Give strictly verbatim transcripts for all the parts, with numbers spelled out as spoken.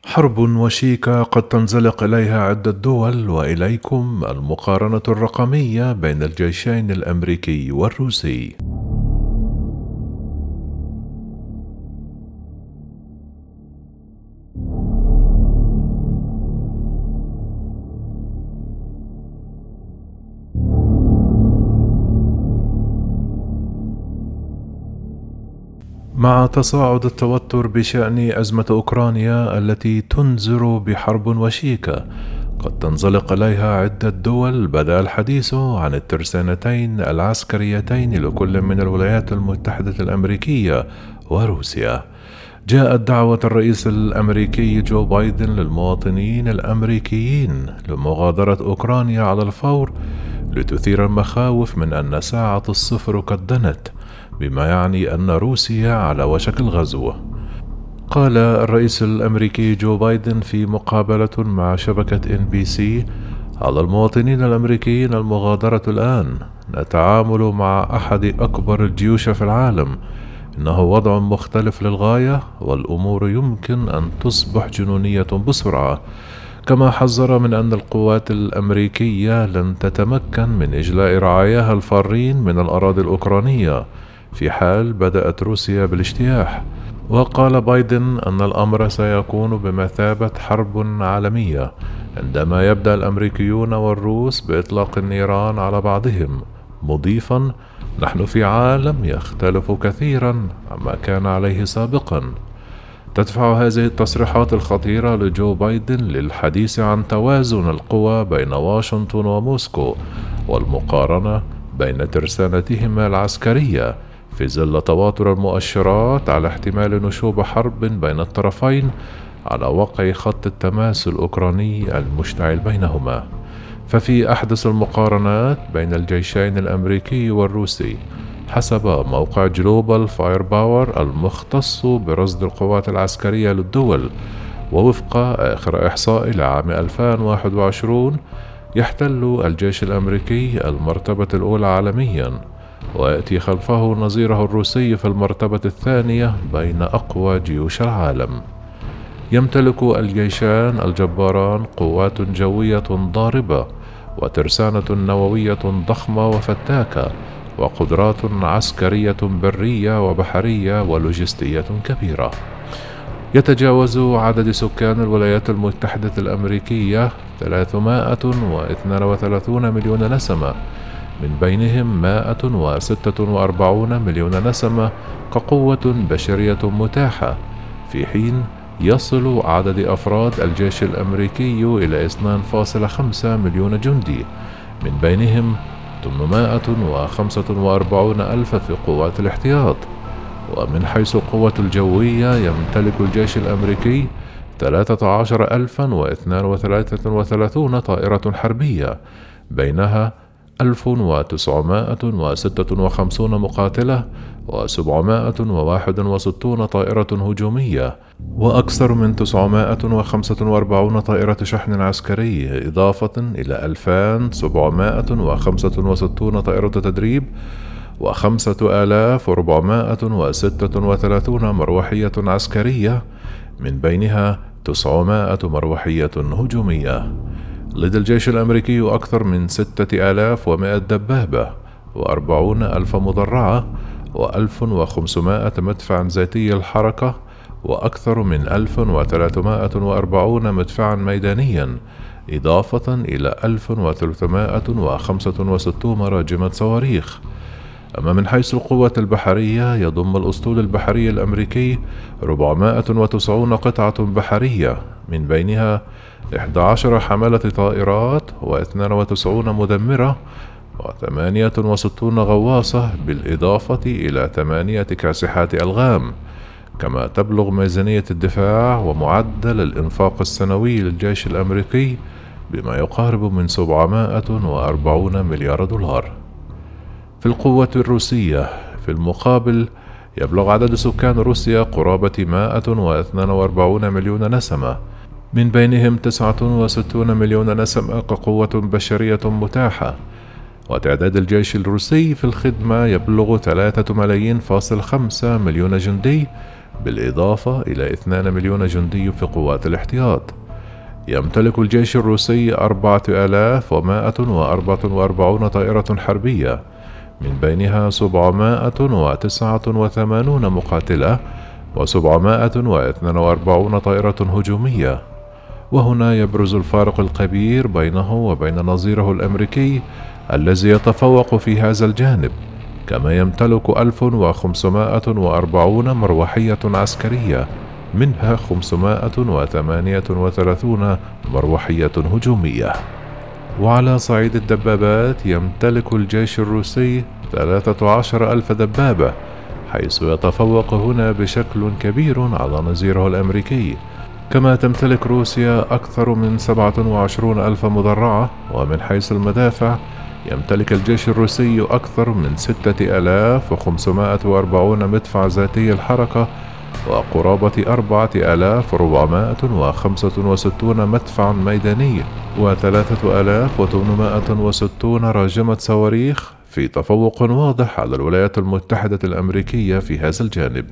حرب وشيكة قد تنزلق إليها عدة دول، وإليكم المقارنة الرقمية بين الجيشين الأمريكي والروسي. مع تصاعد التوتر بشأن أزمة أوكرانيا التي تنذر بحرب وشيكة، قد تنزلق إليها عدة دول بدأ الحديث عن الترسانتين العسكريتين لكل من الولايات المتحدة الأمريكية وروسيا. جاءت دعوة الرئيس الأمريكي جو بايدن للمواطنين الأمريكيين لمغادرة أوكرانيا على الفور، لتثير المخاوف من أن ساعة الصفر قد دنت، بما يعني أن روسيا على وشك الغزو. قال الرئيس الأمريكي جو بايدن في مقابلة مع شبكة إن بي سي: على المواطنين الأمريكيين المغادرة الآن، نتعامل مع أحد أكبر الجيوش في العالم، إنه وضع مختلف للغاية، والأمور يمكن أن تصبح جنونية بسرعة. كما حذر من أن القوات الأمريكية لن تتمكن من إجلاء رعاياها الفارين من الأراضي الأوكرانية في حال بدأت روسيا بالاجتياح. وقال بايدن أن الأمر سيكون بمثابة حرب عالمية عندما يبدأ الأمريكيون والروس بإطلاق النيران على بعضهم، مضيفا: نحن في عالم يختلف كثيرا عما كان عليه سابقا. تدفع هذه التصريحات الخطيرة لجو بايدن للحديث عن توازن القوى بين واشنطن وموسكو، والمقارنة بين ترسانتهما العسكرية، في ظل تواتر المؤشرات على احتمال نشوب حرب بين الطرفين على وقع خط التماس الأوكراني المشتعل بينهما. ففي أحدث المقارنات بين الجيشين الأمريكي والروسي، حسب موقع جلوبال فاير باور المختص برصد القوات العسكرية للدول، ووفق آخر إحصاء لعام ألفين وواحد وعشرين، يحتل الجيش الأمريكي المرتبة الأولى عالميا، ويأتي خلفه نظيره الروسي في المرتبة الثانية بين أقوى جيوش العالم. يمتلك الجيشان الجباران قوات جوية ضاربة، وترسانة نووية ضخمة وفتاكة، وقدرات عسكرية برية وبحرية ولوجستية كبيرة. يتجاوز عدد سكان الولايات المتحدة الأمريكية ثلاثمائة واثنين وثلاثين مليون نسمة، من بينهم مائة وستة وأربعين مليون نسمة كقوة بشرية متاحة، في حين يصل عدد أفراد الجيش الأمريكي إلى اثنين فاصلة خمسة مليون جندي، من بينهم ثمانمائة وخمسة وأربعين ألف في قوات الاحتياط. ومن حيث القوة الجوية، يمتلك الجيش الأمريكي ثلاثة عشر ألفا واثنين وثلاثة وثلاثين طائرة حربية، بينها ألف وتسعمائة وستة وخمسين مقاتلة وسبعمائة وواحد وستون طائرة هجومية، وأكثر من تسعمائة وخمسة وأربعين طائرة شحن عسكري، إضافة إلى ألفين وسبعمائة وخمسة وستين طائرة تدريب، وخمسة آلاف وأربعمائة وستة وثلاثين مروحية عسكرية، من بينها تسعمائة مروحية هجومية. لدى الجيش الأمريكي أكثر من ستة آلاف ومائة دبابة، وأربعون ألف مدرعة، وألف وخمسمائة مدفع ذاتي الحركة، وأكثر من ألف وثلاثمائة وأربعين مدفعا ميدانيا، إضافة إلى ألف وثلاثمائة وخمسة وستين راجمة صواريخ. أما من حيث القوة البحرية، يضم الأسطول البحري الأمريكي أربعمائة وتسعين قطعة بحرية، من بينها إحدى عشرة حاملة طائرات، واثنين وتسعين مدمرة، وثمانية وستين غواصة، بالإضافة إلى ثمانية كاسحات ألغام. كما تبلغ ميزانية الدفاع ومعدل الإنفاق السنوي للجيش الأمريكي بما يقارب من سبعمائة وأربعين مليار دولار. في القوة الروسية في المقابل، يبلغ عدد سكان روسيا قرابة مائة واثنين وأربعين مليون نسمة، من بينهم تسعة وستين مليون نسمة كقوة بشرية متاحة. وتعداد الجيش الروسي في الخدمة يبلغ ثلاثة ملايين فاصل خمسة مليون جندي، بالإضافة إلى اثنين مليون جندي في قوات الاحتياط. يمتلك الجيش الروسي أربعة آلاف ومائة وأربعة وأربعين طائرة حربية، من بينها سبعمائة وتسعة وثمانون مقاتلة وسبعمائة واثنين وأربعين طائرة هجومية. وهنا يبرز الفارق الكبير بينه وبين نظيره الأمريكي الذي يتفوق في هذا الجانب، كما يمتلك ألف وخمسمائة وأربعين مروحية عسكرية، منها خمسمائة وثمانية وثلاثون مروحية هجومية. وعلى صعيد الدبابات يمتلك الجيش الروسي ثلاثة عشر ألف دبابة، حيث يتفوق هنا بشكل كبير على نظيره الأمريكي. كما تمتلك روسيا أكثر من سبعة وعشرين ألف مدرعة. ومن حيث المدافع يمتلك الجيش الروسي أكثر من ستة آلاف وخمسمائة وأربعين مدفع ذاتي الحركة، وقرابة أربعة آلاف وأربعمائة وخمسة وستين مدفعا ميداني، وثلاثة آلاف وثمانمائة وستين راجمة صواريخ، في تفوق واضح على الولايات المتحدة الأمريكية في هذا الجانب.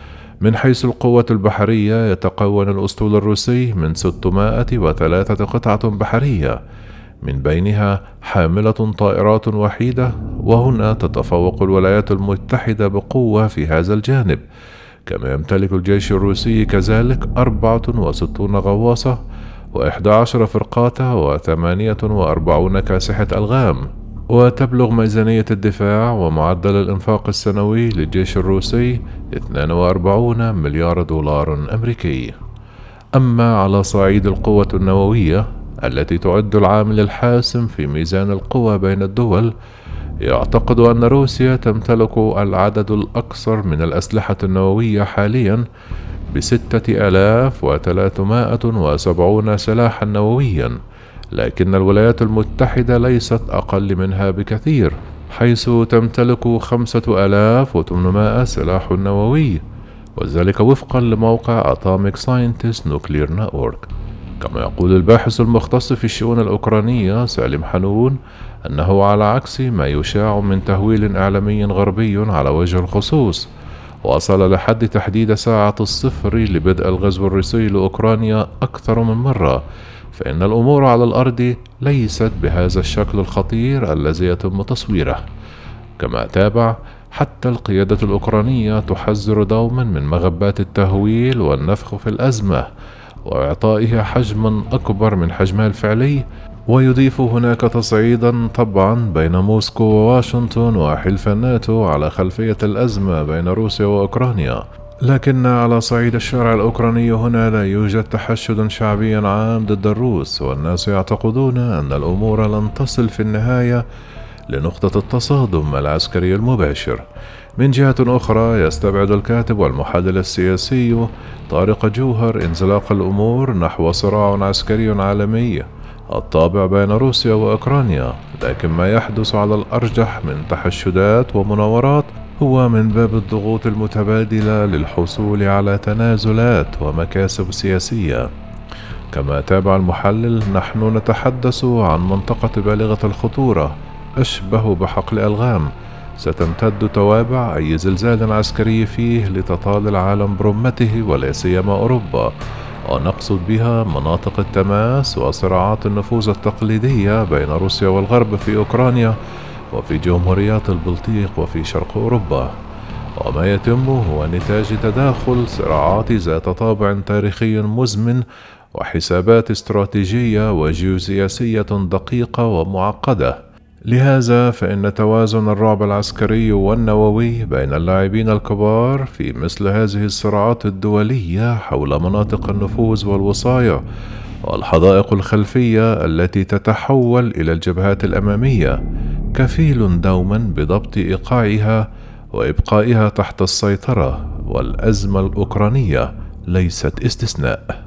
من حيث القوة البحرية يتكون الأسطول الروسي من ستمائة وثلاثة قطعة بحرية، من بينها حاملة طائرات وحيدة، وهنا تتفوق الولايات المتحدة بقوة في هذا الجانب. كما يمتلك الجيش الروسي كذلك أربعة وستين غواصة وإحدى عشرة فرقاطة وثمانية وأربعين كاسحة ألغام. وتبلغ ميزانية الدفاع ومعدل الإنفاق السنوي للجيش الروسي اثنين وأربعين مليار دولار أمريكي. أما على صعيد القوة النووية التي تعد العامل الحاسم في ميزان القوى بين الدول، يعتقد أن روسيا تمتلك العدد الأكثر من الأسلحة النووية حاليا بستة آلاف وثلاثمائة وسبعين سلاحا نوويا، لكن الولايات المتحدة ليست أقل منها بكثير، حيث تمتلك خمسة آلاف وثمانمائة سلاح نووي، وذلك وفقا لموقع Atomic Scientist Nuclear Network. كما يقول الباحث المختص في الشؤون الأوكرانية سالم حنون أنه على عكس ما يشاع من تهويل إعلامي غربي على وجه الخصوص وصل لحد تحديد ساعة الصفر لبدء الغزو الروسي لأوكرانيا أكثر من مرة، فإن الأمور على الأرض ليست بهذا الشكل الخطير الذي يتم تصويره. كما تابع: حتى القيادة الأوكرانية تحذر دوما من مغبات التهويل والنفخ في الأزمة وإعطائها حجما أكبر من حجمها الفعلي، ويضيف هناك تصعيدا طبعا بين موسكو وواشنطن وحلف الناتو على خلفية الأزمة بين روسيا وأوكرانيا. لكن على صعيد الشارع الأوكراني هنا لا يوجد تحشد شعبي عام ضد الروس، والناس يعتقدون أن الأمور لن تصل في النهاية لنقطة التصادم العسكري المباشر. من جهة أخرى يستبعد الكاتب والمحلل السياسي طارق جوهر انزلاق الأمور نحو صراع عسكري عالمي الطابع بين روسيا وأوكرانيا، لكن ما يحدث على الأرجح من تحشدات ومناورات هو من باب الضغوط المتبادلة للحصول على تنازلات ومكاسب سياسية. كما تابع المحلل: نحن نتحدث عن منطقة بالغة الخطورة أشبه بحقل ألغام ستمتد توابع أي زلزال عسكري فيه لتطال العالم برمته ولا سيما أوروبا، ونقصد بها مناطق التماس وصراعات النفوذ التقليدية بين روسيا والغرب في أوكرانيا وفي جمهوريات البلطيق وفي شرق أوروبا. وما يتم هو نتاج تداخل صراعات ذات طابع تاريخي مزمن وحسابات استراتيجية وجيوسياسية دقيقة ومعقدة. لهذا فإن توازن الرعب العسكري والنووي بين اللاعبين الكبار في مثل هذه الصراعات الدولية حول مناطق النفوذ والوصاية والحدائق الخلفية التي تتحول إلى الجبهات الأمامية كفيل دوما بضبط إيقاعها وإبقائها تحت السيطرة، والأزمة الأوكرانية ليست استثناء.